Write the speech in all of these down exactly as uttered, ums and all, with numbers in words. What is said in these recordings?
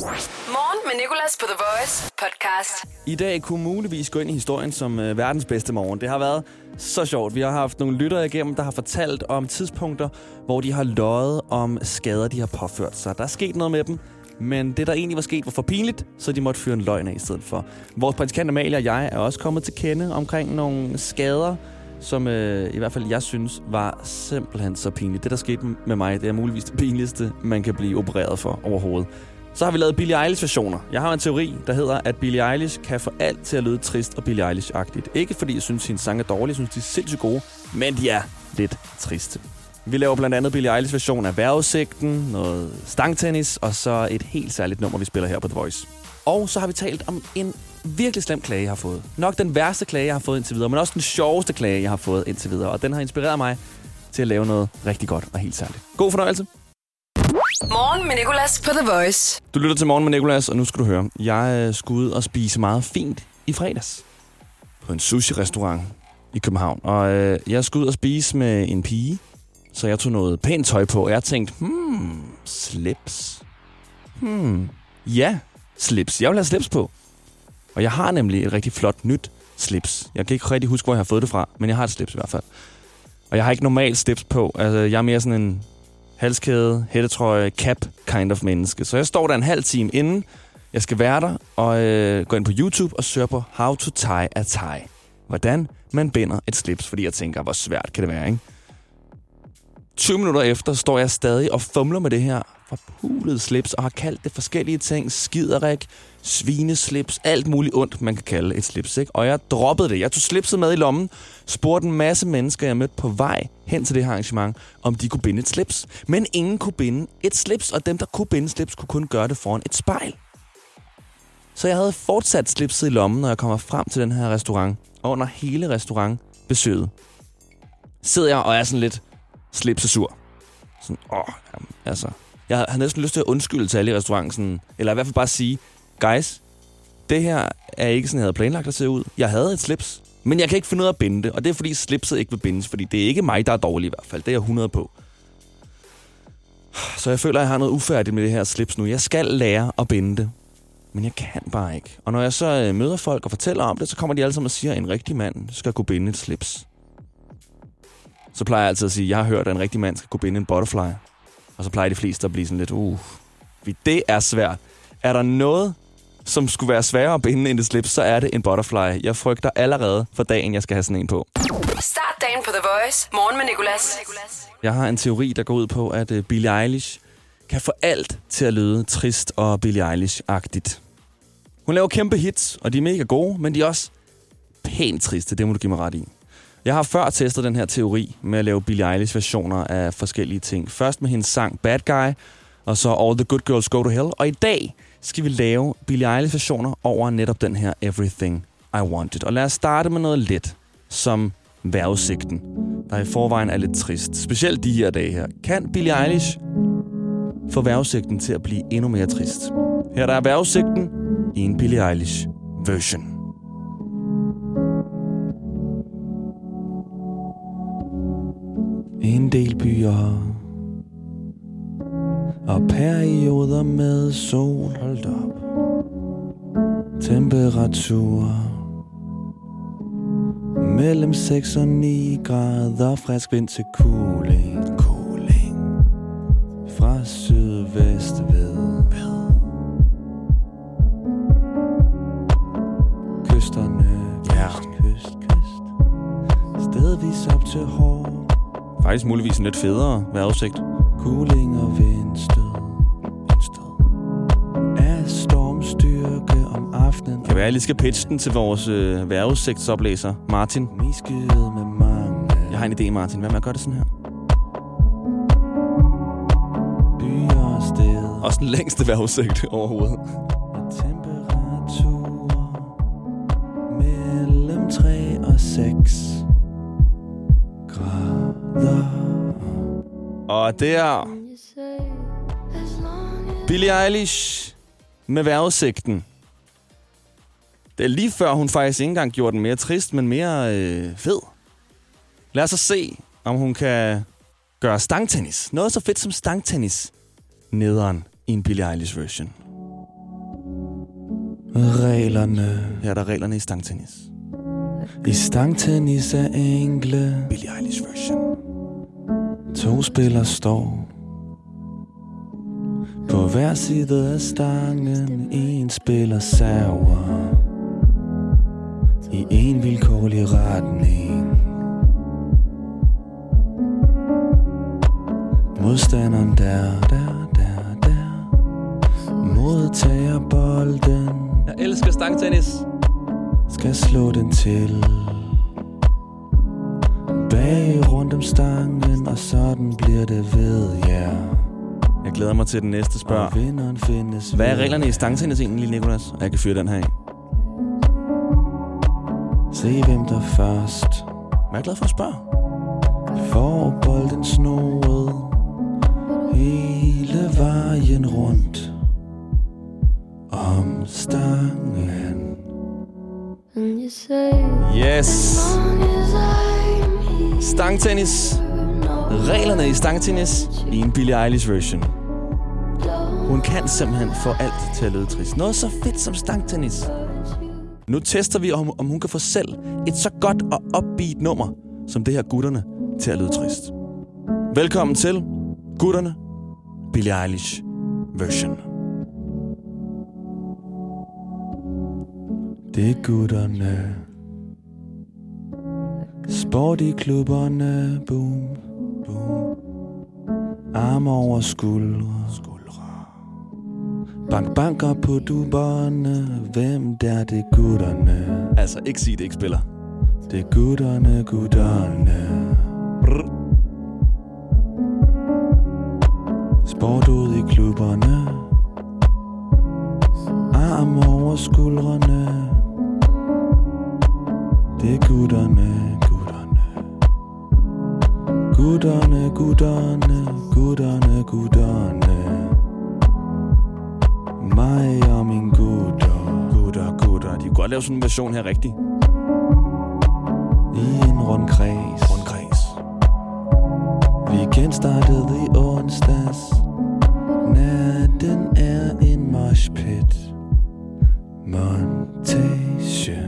Morgen med Nicolas på The Voice podcast. I dag kunne muligvis gå ind i historien som øh, verdens bedste morgen. Det har været så sjovt. Vi har haft nogle lyttere igennem, der har fortalt om tidspunkter, hvor de har løjet om skader, de har påført sig. Der er sket noget med dem, men det, der egentlig var sket, var for pinligt, så de måtte fyre en løgn af i stedet for. Vores praktikant Amalie og jeg er også kommet til kende omkring nogle skader, som øh, i hvert fald jeg synes var simpelthen så pinligt. Det, der skete med mig, det er muligvis det pinligste, man kan blive opereret for overhovedet. Så har vi lavet Billie Eilish-versioner. Jeg har en teori, der hedder, at Billie Eilish kan få alt til at lyde trist og Billie Eilish-agtigt. Ikke fordi jeg synes, hendes sange er dårlige, jeg synes, de er sindssygt gode, men de er lidt triste. Vi laver blandt andet Billie Eilish-version af vejrudsigten, noget stangtennis, og så et helt særligt nummer, vi spiller her på The Voice. Og så har vi talt om en virkelig slem klage, jeg har fået. Nok den værste klage, jeg har fået indtil videre, men også den sjoveste klage, jeg har fået indtil videre. Og den har inspireret mig til at lave noget rigtig godt og helt særligt. God fornøjelse. Morgen med Nicolas på The Voice. Du lytter til Morgen med Nicolas, og nu skal du høre. Jeg skulle ud og spise meget fint i fredags på en sushi-restaurant i København. Og øh, jeg skulle ud og spise med en pige, så jeg tog noget pænt tøj på. Og jeg tænkte, hmm, slips. Hmm, ja, slips. Jeg vil have slips på. Og jeg har nemlig et rigtig flot nyt slips. Jeg kan ikke rigtig huske, hvor jeg har fået det fra, men jeg har et slips i hvert fald. Og jeg har ikke normalt slips på. Altså, jeg er mere sådan en halskæde, hættetrøje, cap kind of menneske. Så jeg står der en halv time inden. Jeg skal være der og øh, gå ind på YouTube og søge på how to tie a tie. Hvordan man binder et slips, fordi jeg tænker, hvor svært kan det være, ikke? tyve minutter efter står jeg stadig og fumler med det her forpulede slips og har kaldt det forskellige ting. Skiderik, svineslips, alt muligt ondt, man kan kalde et slips, ikke? Og jeg droppede det. Jeg tog slipset med i lommen, spurgte en masse mennesker, jeg mødte på vej hen til det her arrangement, om de kunne binde et slips. Men ingen kunne binde et slips, og dem, der kunne binde slips, kunne kun gøre det foran et spejl. Så jeg havde fortsat slipset i lommen, når jeg kommer frem til den her restaurant. Og under hele restaurantbesøget sidder jeg og er sådan lidt slipsesur. Sådan, åh, jamen, altså. Jeg havde næsten lyst til at undskylde til alle i restauranten, sådan, eller i hvert fald bare sige, guys, det her er ikke sådan, jeg havde planlagt at se ud. Jeg havde et slips, men jeg kan ikke finde ud af at binde det, og det er fordi slipset ikke vil bindes, fordi det er ikke mig, der er dårlig i hvert fald. Det er jeg hundrede på. Så jeg føler, at jeg har noget ufærdigt med det her slips nu. Jeg skal lære at binde det, men jeg kan bare ikke. Og når jeg så møder folk og fortæller om det, så kommer de alle sammen og siger, at en rigtig mand skal kunne binde et slips. Så plejer jeg altid at sige, at jeg har hørt, at en rigtig mand skal kunne binde en butterfly. Og så plejer de fleste at blive sådan lidt, uh, det er svært. Er der noget, som skulle være sværere at binde end et slips, så er det en butterfly. Jeg frygter allerede for dagen, jeg skal have sådan en på. Start dagen på The Voice. Morgen med Nicolas. Jeg har en teori, der går ud på, at Billie Eilish kan få alt til at lyde trist og Billie Eilish-agtigt. Hun laver kæmpe hits, og de er mega gode, men de er også pænt triste. Det må du give mig ret i. Jeg har før testet den her teori med at lave Billie Eilish-versioner af forskellige ting. Først med hendes sang Bad Guy, og så All the Good Girls Go to Hell. Og i dag skal vi lave Billie Eilish-versioner over netop den her Everything I Wanted. Og lad os starte med noget let, som vejrudsigten, der i forvejen er lidt trist. Specielt de her dage her. Kan Billie Eilish få vejrudsigten til at blive endnu mere trist? Her der er vejrudsigten i en Billie Eilish-version. En del byer og perioder med sol, holdt op. Temperatur mellem seks og ni grader, frisk vind til cooling. Cooling fra sydvest ved kysterne, kyst, ja. kyst, kyst, stedvis op til hår. Faktisk muligvis en lidt federe vejrudsigt. Cooling og vindstød. Vindstød. Af stormstyrke om aftenen. Kan være, jeg lige skal pitche den til vores øh, vejrudsigtsoplæser, Martin. Miskyet med mange. Jeg har en idé, Martin. Hvad med at gøre det sådan her? Byer og steder. Også den længste vejrudsigt overhovedet. Med temperaturer mellem tre og seks. Og det er Billie Eilish med vejrudsigten. Det er lige før, hun faktisk ikke engang gjorde den mere trist, men mere øh, fed. Lad os så se, om hun kan gøre stangtennis. Noget så fedt som stangtennis nederen i en Billie Eilish version. Reglerne. Her er der reglerne i stangtennis. I stangtennis er enkle. Billie Eilish version. To spillere står på hver side af stangen. En spiller server i en vilkårlig retning. Modstanderen der, der, der, der modtager bolden. Jeg elsker stangtennis. Skal slå den til bag rundt om stangen, og sådan bliver det ved, ja. Yeah. Jeg glæder mig til den næste spørg. Hvad er reglerne i stangtennis egentlig, Nicolas? Og jeg kan fyre den her ind. Se hvem der først. Hvad er jeg glad for at spørge? Får bolden snoet hele vejen rundt om stangen. Yes! Stangtennis. Reglerne i stangtennis i en Billie Eilish version. Hun kan simpelthen få alt til at lyde trist. Noget så fedt som stangtennis. Nu tester vi, om, om hun kan få selv et så godt og upbeat nummer som det her Gutterne til at lyde trist. Velkommen til Gutterne, Billie Eilish version. Det er gutterne. Sport i klubberne. Boom, boom. Arme over skuldre. Skuldre. Bank, bank op på duberne. Hvem der det er gutterne? Altså, ikke sige det ikke spiller. Det er gutterne, gutterne. Brr. Sport ud i klubberne. Arme over skuldrene. Det er gutterne, gutterne. Gutterne, gutterne, gutterne, gutterne. Mig og min gutter. Gutter, gutter. De kunne godt lave sådan en version her rigtig. I en rundkreds. Rundkreds. Weekend startede i onsdags. Natten er en moshpit. Montage.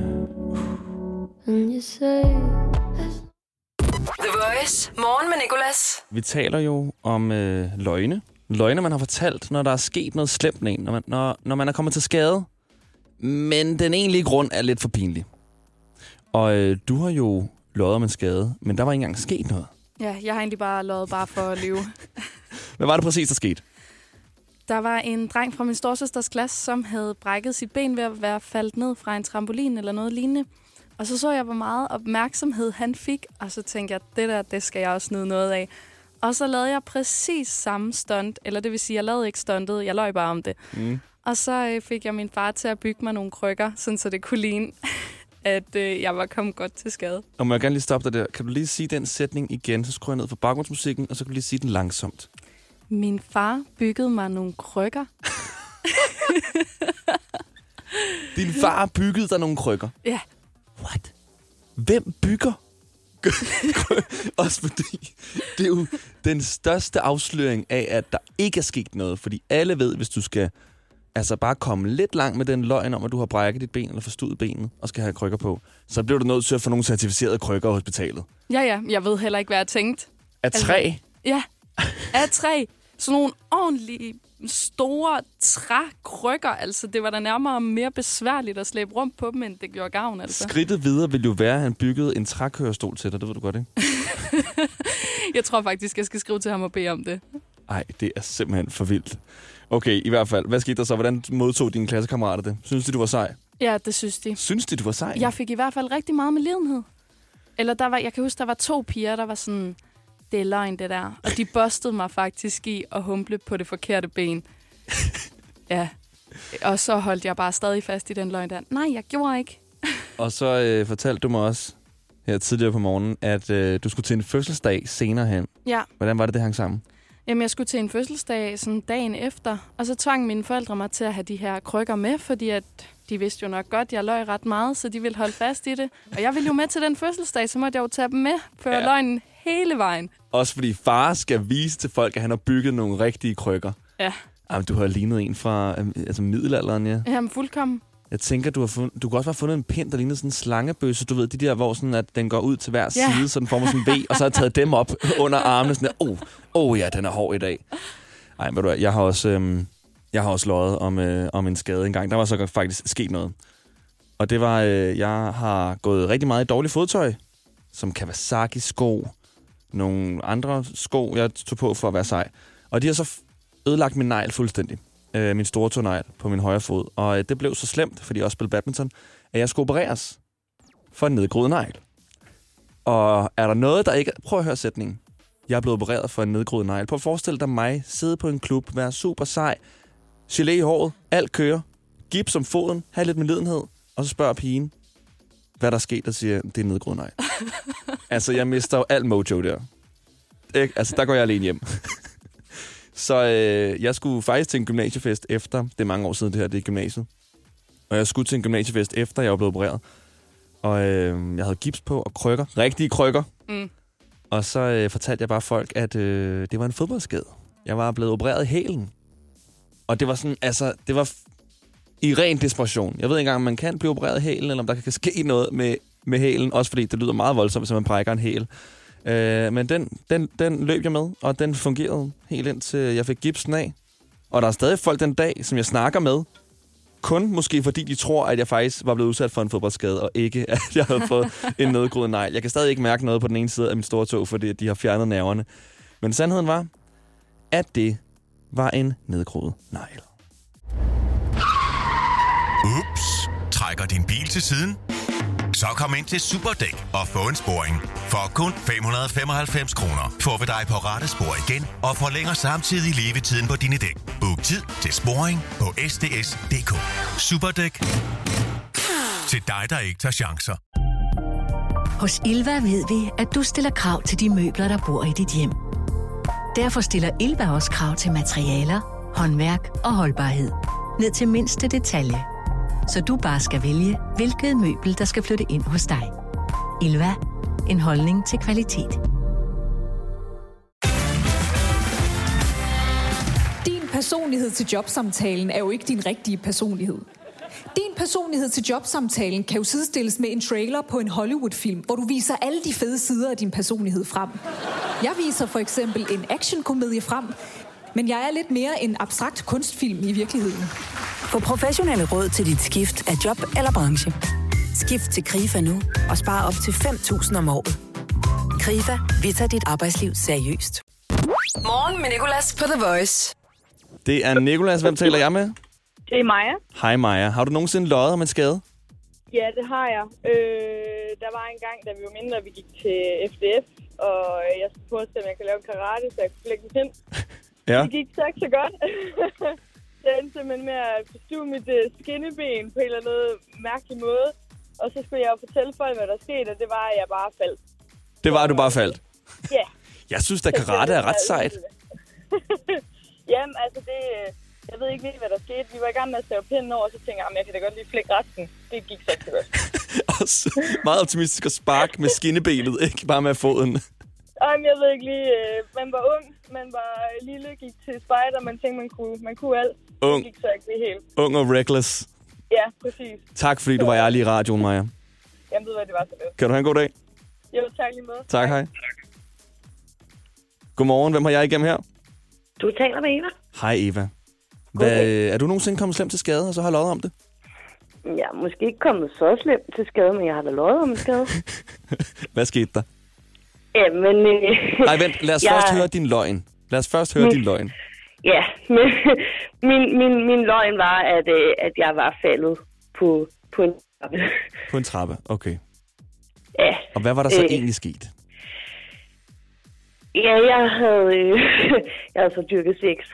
The Voice. Morgen med Nicolas. Vi taler jo om øh, løgne. Løgne, man har fortalt, når der er sket noget slemt med en. Når man, når, når man er kommet til skade. Men den egentlige grund er lidt for pinlig. Og øh, du har jo løjet om en skade, men der var ikke engang sket noget. Ja, jeg har egentlig bare løjet bare for at leve. Hvad var det præcis, der skete? Der var en dreng fra min storsøsters klasse, som havde brækket sit ben ved at være faldet ned fra en trampolin eller noget lignende. Og så så jeg, hvor meget opmærksomhed han fik, og så tænkte jeg, det der, det skal jeg også nyde noget af. Og så lavede jeg præcis samme stunt, eller det vil sige, jeg lavede ikke stuntet, jeg løj bare om det. Mm. Og så øh, fik jeg min far til at bygge mig nogle krykker, sådan så det kunne ligne, at øh, jeg var kommet godt til skade. Og må jeg gerne lige stoppe dig der. Kan du lige sige den sætning igen, så skruer jeg ned for baggrundsmusikken, og så kan du lige sige den langsomt. Min far byggede mig nogle krykker. Din far byggede dig nogle krykker? Ja. What? Hvem bygger? Også fordi det er jo den største afsløring af, at der ikke er sket noget. Fordi alle ved, hvis du skal altså bare komme lidt langt med den løgn om, at du har brækket dit ben eller forstuet benet og skal have krykker på, så bliver du nødt til at få nogle certificerede krykker på hospitalet. Ja, ja. Jeg ved heller ikke, hvad jeg tænkte. Af træ? Altså, ja, af træ. Sådan nogle ordentlige, store trækrykker. Altså, det var da nærmere mere besværligt at slæbe rundt på dem, end det gjorde gavn. Altså. Skridtet videre ville jo være, at han byggede en trækørestol til dig. Det ved du godt, ikke? Jeg tror faktisk, jeg skal skrive til ham og bede om det. Ej, det er simpelthen for vildt. Okay, i hvert fald. Hvad skete der så? Hvordan modtog dine klassekammerater det? Synes de, du var sej? Ja, det synes de. Synes de, du var sej? Jeg fik i hvert fald rigtig meget med lidenhed. Eller der var, jeg kan huske, der var to piger, der var sådan, det er løgn, det der. Og de bustede mig faktisk i at humple på det forkerte ben. Ja. Og så holdt jeg bare stadig fast i den løgn der. Nej, jeg gjorde ikke. Og så øh, fortalte du mig også her tidligere på morgenen, at øh, du skulle til en fødselsdag senere hen. Ja. Hvordan var det, det hang sammen? Jamen, jeg skulle til en fødselsdag sådan dagen efter, og så tvang mine forældre mig til at have de her krykker med, fordi at de vidste jo nok godt, at jeg løg ret meget, så de ville holde fast i det. Og jeg ville jo med til den fødselsdag, så måtte jeg jo tage dem med, føre ja. løgnen hele vejen. Også fordi far skal vise til folk, at han har bygget nogle rigtige krykker. Ja. Jamen, du har lignet en fra altså middelalderen, ja. Jamen, fuldkommen. Jeg tænker, du har fundet, du kan også have fundet en pind, der ligner sådan en slangebøsse. Du ved, de der, hvor sådan, at den går ud til hver Ja. side, så den får sådan en V, og så har jeg taget dem op under armene. Sådan der, oh, oh ja, den er hård i dag. Ej, ved du hvad, jeg har også, øhm, jeg har også løjet om, øh, om en skade engang. Der var så faktisk sket noget. Og det var, øh, jeg har gået rigtig meget i dårligt fodtøj, som Kawasaki-sko, nogle andre sko, jeg tog på for at være sej. Og de har så ødelagt min negl fuldstændig. Øh, min store tånegl på min højre fod. Og øh, det blev så slemt, fordi jeg også spillede badminton, at jeg skulle opereres for en nedgroet negl. Og er der noget, der ikke... Prøv at høre sætningen. Jeg er blevet opereret for en nedgroet negl. Prøv at forestille dig mig sidde på en klub, være super sej, gelé i håret, alt kører, gips om foden, have lidt medlidenhed, og så spørger pigen, hvad der er sket, og siger, det er nedgroet negl. Altså, jeg mister jo alt mojo der. Ikke? Altså, der går jeg alene hjem. Så øh, jeg skulle faktisk til en gymnasiefest efter, det er mange år siden det her, det er gymnasiet. Og jeg skulle til en gymnasiefest efter, jeg var blevet opereret. Og øh, jeg havde gips på og krykker, rigtige krykker. Mm. Og så øh, fortalte jeg bare folk, at øh, det var en fodboldskade. Jeg var blevet opereret i hælen. Og det var sådan, altså, det var f- i ren desperation. Jeg ved ikke engang, om man kan blive opereret i hælen, eller om der kan ske noget med, med hælen. Også fordi det lyder meget voldsomt, hvis man brækker en hæl. Øh, men den, den, den løb jeg med, og den fungerede helt indtil jeg fik gipsen af. Og der er stadig folk den dag, som jeg snakker med, kun måske fordi de tror, at jeg faktisk var blevet udsat for en fodboldskade, og ikke at jeg havde fået en nedgroet negl. Jeg kan stadig ikke mærke noget på den ene side af min store tog, fordi de har fjernet nerverne. Men sandheden var, at det var en nedgroet negl. Ups, trækker din bil til siden? Så kom ind til Superdæk og få en sporing. For kun fem hundrede femoghalvfems kroner får vi dig på rette spor igen og forlænger samtidig levetiden på dine dæk. Book tid til sporing på s d s punktum d k. Superdæk. Til dig, der ikke tager chancer. Hos Ilva ved vi, at du stiller krav til de møbler, der bor i dit hjem. Derfor stiller Ilva også krav til materialer, håndværk og holdbarhed. Ned til mindste detalje. Så du bare skal vælge, hvilket møbel, der skal flytte ind hos dig. Ilva. En holdning til kvalitet. Din personlighed til jobsamtalen er jo ikke din rigtige personlighed. Din personlighed til jobsamtalen kan jo sidestilles med en trailer på en Hollywood-film, hvor du viser alle de fede sider af din personlighed frem. Jeg viser for eksempel en actionkomedie frem, men jeg er lidt mere en abstrakt kunstfilm i virkeligheden. Få professionelle råd til dit skift af job eller branche. Skift til Krifa nu og spar op til fem tusind om året. Krifa, vi tager dit arbejdsliv seriøst. Morgen med Nicolas på The Voice. Det er Nicolas. Hvem taler jeg med? Det er Maja. Hej Maja. Har du nogensinde løjet om en skade? Ja, det har jeg. Øh, der var en gang, da vi var mindre, vi gik til F D F, og jeg skulle forestille, at jeg kan lave karate, så jeg kunne flække mit pind. Ja. Det gik så ikke så godt. Det endte simpelthen med at forstue mit uh, skinneben på en eller anden mærkelig måde. Og så skulle jeg jo fortælle folk, hvad der skete, og det var, at jeg bare faldt. Det var, at du bare faldt? Ja. Yeah. Jeg synes, at karate er ret sejt. Jamen, altså det... Jeg ved ikke lige, hvad der skete. Vi var i gang med at stave pinden over, og så tænkte jeg, at jeg kan da godt lige flække resten. Det gik så ikke så godt. Også meget optimistisk at sparke med skinnebenet, ikke bare med foden. Ej, men jeg ved ikke lige. Øh, man var ung, man var lille, gik til spejder, man tænkte, man kunne, man kunne alt. Ung. Det gik så ikke lige helt. Ung og reckless. Ja, præcis. Tak, fordi du var ærlig i radioen, Maja. Jamen, ved hvad, det var så lidt. Kan du have en god dag? Jo, tak lige med. Tak, hej. Godmorgen, hvem har jeg igennem her? Du taler med Eva. Hej, Eva. Hvad, er du nogensinde kommet slemt til skade, og så har løjet om det? Jeg er måske ikke kommet så slemt til skade, men jeg har da løjet om en skade. Hvad skete der? Jamen... Øh, Nej, vent. Lad os jeg... først høre din løgn. Lad os først høre min... din løgn. Ja, men min, min, min løgn var, at, øh, at jeg var faldet på, på en trappe. På en trappe, okay. Ja. Og hvad var der så øh, egentlig sket? Ja, jeg havde, øh, jeg havde så dyrket sex.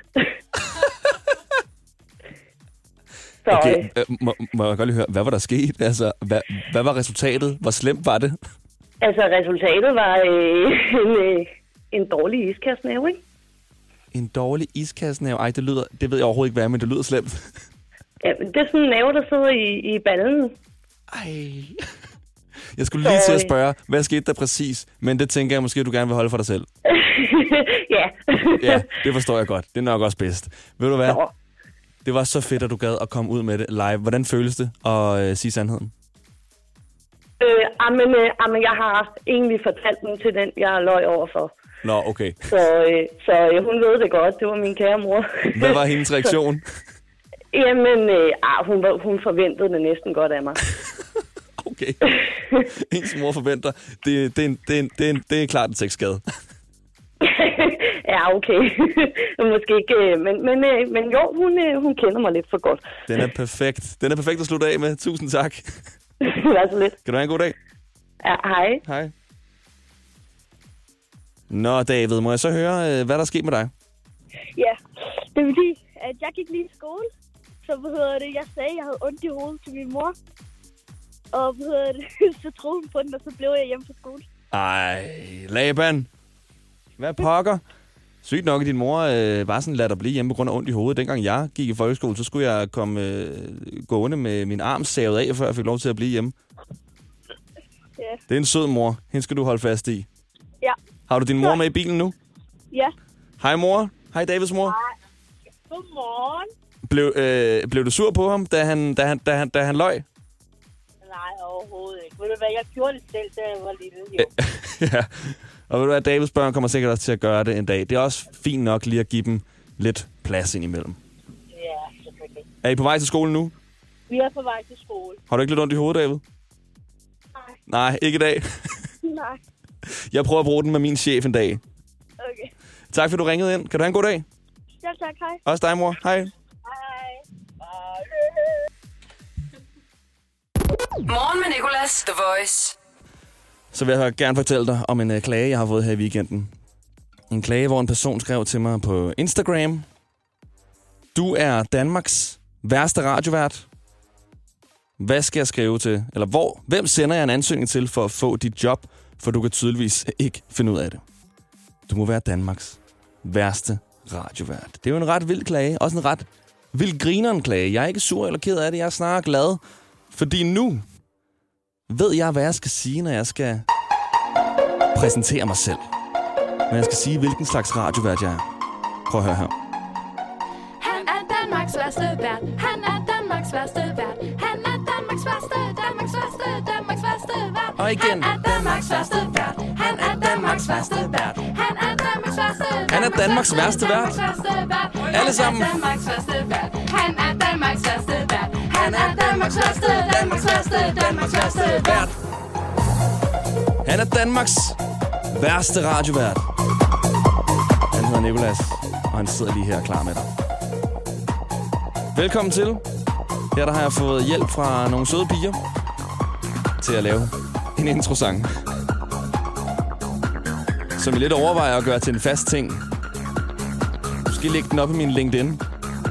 Okay, øh, må, må jeg godt lige høre, hvad var der sket? Altså, hvad, hvad var resultatet? Hvor slemt var det? Altså, resultatet var øh, en, øh, en dårlig iskastnæve, ikke? En dårlig iskastnæve? Ej, det lyder, det ved jeg overhovedet ikke, hvad er, men det lyder slemt. Ja, det er sådan en næve, der sidder i, i ballen. Ej. Jeg skulle lige til at spørge, hvad skete der præcis? Men det tænker jeg måske, at du gerne vil holde for dig selv. Ja. Ja, det forstår jeg godt. Det er nok også bedst. Ved du hvad? Nå. Det var så fedt, at du gad at komme ud med det live. Hvordan føles det at øh, sige sandheden? Øh, amen, øh, amen, jeg har egentlig fortalt den til den, jeg løj overfor. Nå, okay. Så, øh, så øh, hun ved det godt. Det var min kære mor. Hvad var hendes reaktion? Jamen, øh, ah, hun, hun forventede det næsten godt af mig. Okay. Ens mor forventer. Det, det, er, en, det, er, en, det, er, en, det er klart en sexskade. Ja, okay. Måske ikke, men, men, men jo, hun, hun kender mig lidt for godt. Den er perfekt. Den er perfekt at slutte af med. Tusind tak. Det var så lidt. Kan du have en god dag? Ja, hej. Hej. Nå, David, må jeg så høre, hvad der er sket med dig? Ja, det er fordi, at jeg gik lige i skole. Så hvad hedder det, jeg sagde, at jeg havde ondt i hovedet til min mor. Og hvad hedder det, så troede hun på den, og så blev jeg hjemme fra skole. Ej, Laban. Hvad pokker? Sygt nok, at din mor øh, bare sådan lader dig blive hjemme på grund af ondt i hovedet. Dengang jeg gik i folkeskole, så skulle jeg komme øh, gående med min arm savet af, før jeg fik lov til at blive hjemme. Ja. Det er en sød mor. Hende skal du holde fast i. Ja. Har du din mor med i bilen nu? Ja. Hej mor. Hej Davids mor. Hej. Godmorgen. Blev, øh, blev du sur på ham, da han, da han, da han, da han løj? Nej, overhovedet ikke. Ved du hvad, jeg gjorde det selv, da jeg var lille. Jo. Ja. Og ved du hvad, Davids børn kommer sikkert også til at gøre det en dag. Det er også fint nok lige at give dem lidt plads indimellem. Ja, selvfølgelig. Er I på vej til skole nu? Vi er på vej til skole. Har du ikke lidt ondt i hovedet, David? Nej. Nej, ikke i dag. Nej. Jeg prøver at bruge den med min chef en dag. Okay. Tak for, du ringede ind. Kan du have en god dag? Ja, tak. Hej. Også dig, mor. Hej. Hej. Morgen med Nicolas, The Voice. Så vil jeg gerne fortælle dig om en uh, klage, jeg har fået her i weekenden. En klage, hvor en person skrev til mig på Instagram. Du er Danmarks værste radiovært. Hvad skal jeg skrive til? Eller hvor? Hvem sender jeg en ansøgning til for at få dit job? For du kan tydeligvis ikke finde ud af det. Du må være Danmarks værste radiovært. Det er jo en ret vild klage. Også en ret vild grineren klage. Jeg er ikke sur eller ked af det. Jeg er snarere glad. Fordi nu ved jeg, hvad jeg skal sige, når jeg skal præsentere mig selv. Når jeg skal sige, hvilken slags radiovært jeg er. Prøv at høre her. Han er Danmarks værste vært. Han er Danmarks værste vært. Han er Danmarks værste, Danmarks værste, Danmarks værste vært. Og igen. Han er Danmarks værste vært. Han er Danmarks værste vært. Han er Danmarks værste. Han er Danmarks værste vært. Alle sammen. Han er Danmarks værste vært. Han er Danmarks værste vært. Han er Danmarks værste, Danmarks værste, Danmarks værste vært. Han er Danmarks værste radiovært. Han hedder Nicolas, og han sidder lige her klar med dig. Velkommen til. Her der har jeg fået hjælp fra nogle søde piger til at lave en introsang, som jeg lidt overvejer at gøre til en fast ting. Måske lægge den op i min LinkedIn.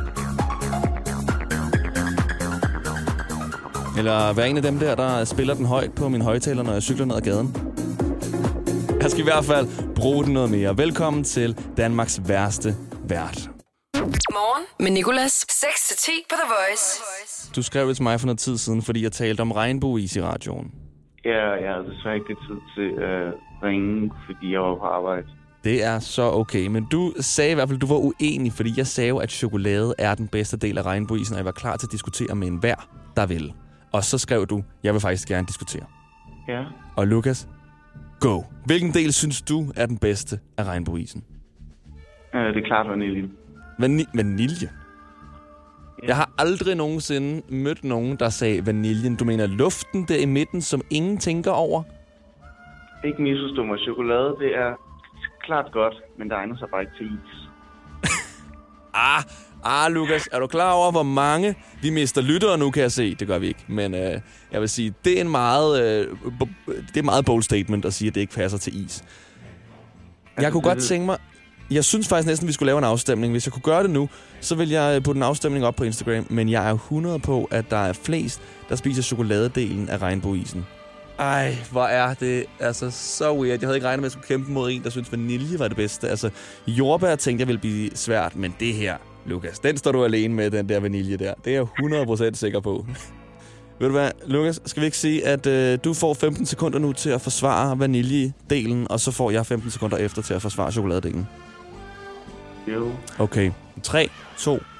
Eller være en af dem der, der spiller den højt på min højtaler, når jeg cykler ned ad gaden. Jeg skal i hvert fald bruge den noget mere. Velkommen til Danmarks værste vært. Morgen med Nicolas. seks til ti på The Voice. Du skrev det til mig for noget tid siden, fordi jeg talte om regnbueis i radioen. Ja, jeg havde desværre ikke tid til at øh, ringe, fordi jeg var på arbejde. Det er så okay, men du sagde i hvert fald, at du var uenig, fordi jeg sagde jo, at chokolade er den bedste del af regnbueisen, og jeg var klar til at diskutere med enhver, der vil. Og så skrev du, jeg vil faktisk gerne diskutere. Ja. Og Lukas, go. Hvilken del synes du er den bedste af regnbueisen? Øh, det er klart vanilje. Vani- vanilje? Ja. Jeg har aldrig nogensinde mødt nogen, der sagde vaniljen. Du mener luften der i midten, som ingen tænker over? Ikke misforstå mig. Chokolade, det er klart godt, men det egner sig bare ikke til is. ah, ah, Lukas, er du klar over, hvor mange vi mister lyttere nu, kan jeg se? Det gør vi ikke, men øh, jeg vil sige, det er en meget, øh, det er meget bold statement at sige, at det ikke passer til is. Jeg kunne godt tænke mig, jeg synes faktisk næsten, vi skulle lave en afstemning. Hvis jeg kunne gøre det nu, så vil jeg putte en afstemning op på Instagram, men jeg er hundrede på, at der er flest, der spiser chokoladedelen af regnbueisen. Ej, hvor er det altså så weird. Jeg havde ikke regnet med, at jeg skulle kæmpe mod en, der synes vanilje var det bedste. Altså, jordbær tænkte jeg ville blive svært, men det her, Lukas, den står du alene med, den der vanilje der. Det er jeg hundrede procent sikker på. Ved du hvad, Lukas, skal vi ikke sige, at øh, du får femten sekunder nu til at forsvare vaniljedelen, og så får jeg femten sekunder efter til at forsvare chokoladedelen? Jo. Okay. tre, to,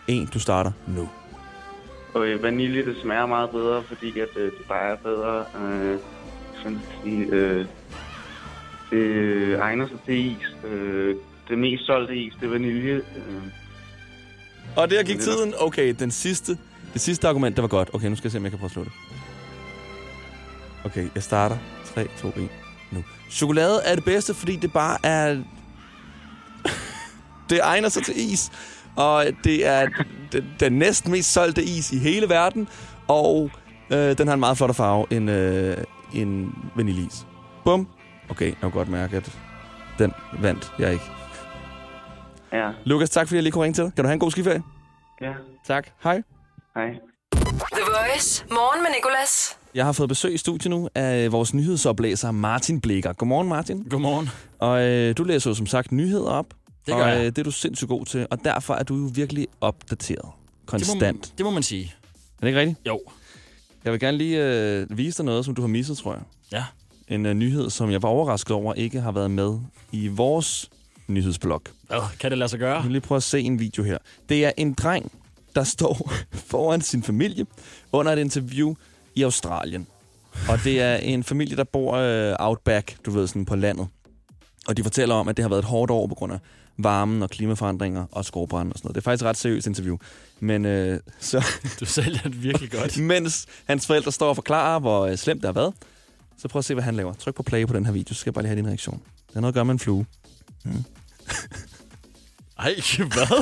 en. Du starter nu. Og øh, vanilje, det smager meget bedre, fordi at, øh, det bare er bedre. Øh, sådan at sige, øh, det egner sig til is. Øh, det mest solgte is, det er vanilje. Øh. Og der gik tiden. Okay, den sidste, det sidste argument, det var godt. Okay, nu skal jeg se, om jeg kan prøve at slå det. Okay, jeg starter. tre, to, et, nu. Chokolade er det bedste, fordi det bare er... det egner sig til is. Og det er den, den næsten mest solgte is i hele verden. Og øh, den har en meget flottere farve end, øh, end vaniljeis. Bum. Okay, jeg kan godt mærke, at den vandt jeg ikke. Ja. Lukas, tak fordi jeg lige kunne ringe til dig. Kan du have en god skiferie? Ja. Tak. Hej. Hej. The Voice. Morgen med Nicolas. Jeg har fået besøg i studiet nu af vores nyhedsoplæser Martin Blikker. Godmorgen, Martin. Godmorgen. Og øh, du læser jo som sagt nyheder op. Det gør og, jeg. øh, det er du sindssygt god til. Og derfor er du jo virkelig opdateret. Konstant. Det må, det må man sige. Er det ikke rigtigt? Jo. Jeg vil gerne lige øh, vise dig noget, som du har misset, tror jeg. Ja. En øh, nyhed, som jeg var overrasket over, ikke har været med i vores nyhedsblog. Oh, kan det lade sig gøre? Jeg vil lige prøve at se en video her. Det er en dreng, der står foran sin familie under et interview i Australien. Og det er en familie, der bor øh, outback, du ved, sådan på landet. Og de fortæller om, at det har været et hårdt år på grund af varmen og klimaforandringer og skovbrand og sådan noget. Det er faktisk et ret seriøst interview. Men øh, så... Du sælger det virkelig godt. Mens hans forældre står og forklarer, hvor øh, slemt det har været, så prøv at se, hvad han laver. Tryk på play på den her video, så skal jeg bare lige have din reaktion. Det har noget at gøre med en flue. Mm. Ej, hvad?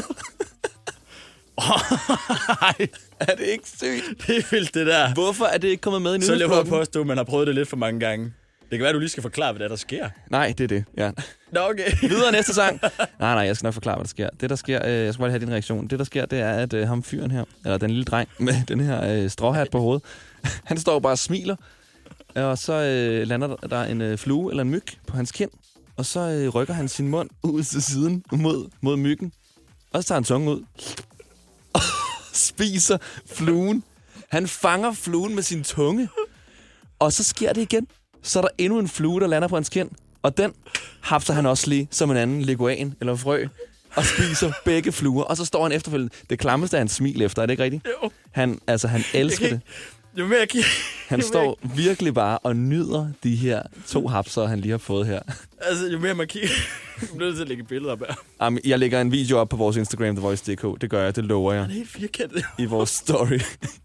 Ej, er det ikke sygt? Det er vildt, det der. Hvorfor er det ikke kommet med i Så nyhedsbloggen? lever jeg påstå, at man har prøvet det lidt for mange gange. Det kan være, at du lige skal forklare, hvad der, der sker. Nej, det er det, ja. Nå, okay. Videre næste sang. Nej, nej, jeg skal nok forklare, hvad der sker. Det, der sker, øh, jeg skal bare lige have din reaktion. Det, der sker, det er, at øh, ham fyren her, eller den lille dreng med den her øh, stråhat på hovedet, han står bare og smiler, og så øh, lander der en øh, flue eller en myg på hans kind, og så øh, rykker han sin mund ud til siden mod, mod myggen, og så tager han tungen ud, og spiser fluen. Han fanger fluen med sin tunge, og så sker det igen. Så er der endnu en flue, der lander på hans kind, og den hapser han også lige som en anden leguan eller frø, og spiser begge fluer. Og så står han efterfølgende. Det klammeste er hans smil efter, er det ikke rigtigt? Jo. Han, altså, han elsker det. Jo mere jeg kigger... Han står virkelig bare og nyder de her to hapser, han lige har fået her. Altså, jo mere man kigger... Jeg er nødt til at lægge billeder op her. Um, jeg lægger en video op på vores Instagram, The Voice punktum d k. Det gør jeg, det lover jeg. Han er helt firkantet. I vores story.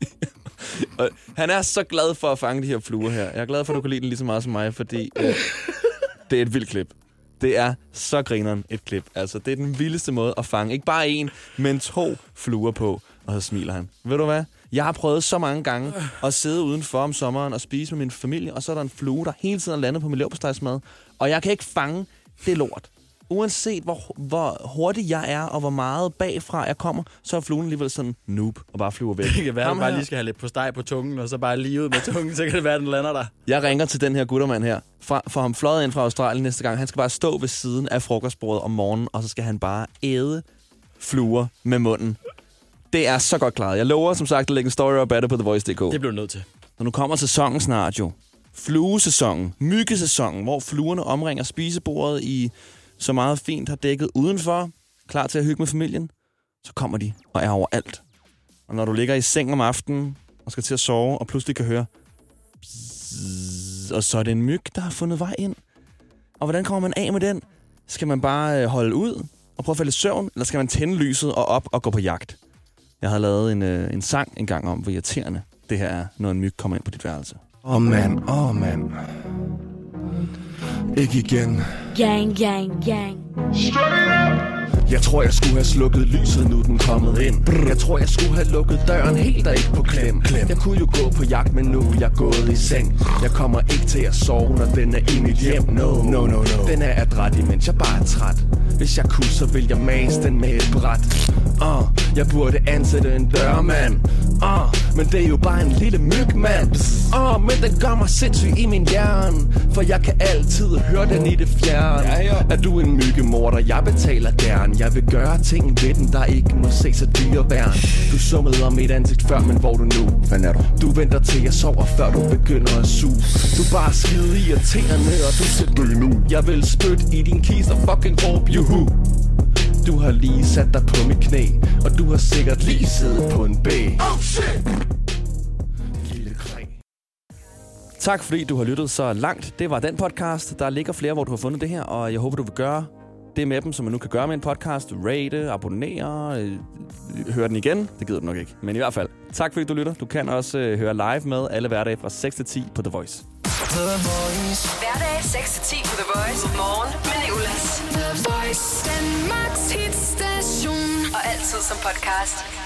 Og han er så glad for at fange de her fluer her. Jeg er glad for, at du kan lide den lige så meget som mig, fordi øh, det er et vildt klip. Det er så grineren et klip. Altså, det er den vildeste måde at fange. Ikke bare en, men to fluer på. Og så smiler han. Ved du hvad? Jeg har prøvet så mange gange at sidde udenfor om sommeren og spise med min familie, og så er der en flue, der hele tiden er landet på min leverpostejsmad. Og jeg kan ikke fange det lort. Uanset hvor, hvor hurtigt jeg er, og hvor meget bagfra jeg kommer, så er fluen alligevel sådan noob og bare flyver væk. Det kan være, at du bare lige skal have lidt på steg på tungen, og så bare lige ud med tungen, så kan det være, at den lander der. Jeg ringer til den her guttermand her, fra, for ham fløjet ind fra Australien næste gang. Han skal bare stå ved siden af frokostbordet om morgenen, og så skal han bare æde fluer med munden. Det er så godt klaret. Jeg lover, som sagt, at lægge en story op af det på The Voice punktum d k. Det bliver nødt til. Så nu kommer sæsonen snart jo. Fluesæsonen, myggesæsonen, hvor fluerne omringer spisebordet i så meget fint har dækket udenfor, klar til at hygge med familien, så kommer de og er overalt. Og når du ligger i seng om aftenen og skal til at sove, og pludselig kan høre bzzz, og så er det en myg, der har fundet vej ind. Og hvordan kommer man af med den? Skal man bare holde ud og prøve at falde i søvn, eller skal man tænde lyset og op og gå på jagt? Jeg havde lavet en, en sang engang om, hvor irriterende det her er, når en myg kommer ind på dit værelse. Åh oh, mand, åh oh, mand. Ikke igen. Gang, gang, gang. Jeg tror, jeg skulle have slukket lyset, nu den kommet ind. Brr. Jeg tror, jeg skulle have lukket døren helt og ikke på klem. klem. Jeg kunne jo gå på jagt, men nu er jeg gået i seng. Jeg kommer ikke til at sove, når den er i mit hjem. No, no, no, no. Den er adræt, imens jeg bare er træt. Hvis jeg kunne, så vil jeg mase den med et bræt. Uh, jeg burde ansætte en dørmand. Uh, men det er jo bare en lille myg, mand. Uh, men den gør mig sindssyg i min hjerne. For jeg kan altid høre den i det fjerne. Ja, ja. Er du en myggemorder? Jeg betaler gerne. Jeg vil gøre ting ved den, der ikke må se så dyreværn. Du summede om mit ansigt før, men hvor du nu? Hvad er du? Du venter til jeg sover, før du begynder at suge. Du bare skide irriterende, og du skal dø nu. Jeg vil spytte i din kiste og fucking råb juhu. Du har lige sat dig på mit knæ, og du har sikkert lige siddet på en bæ. Oh shit! Lille kræ. Tak fordi du har lyttet så langt. Det var den podcast. Der ligger flere, hvor du har fundet det her, og jeg håber, du vil gøre det med dem, som man nu kan gøre med en podcast. Rate, abonnere, øh, høre den igen. Det gider du nok ikke. Men i hvert fald, tak fordi du lytter. Du kan også øh, høre live med alle hverdage fra seks til ti på The Voice. The Voice. Hverdag seks til ti på The Voice. Morgen med Nicolas. The Voice. Danmarks hitstation. Og altid som podcast.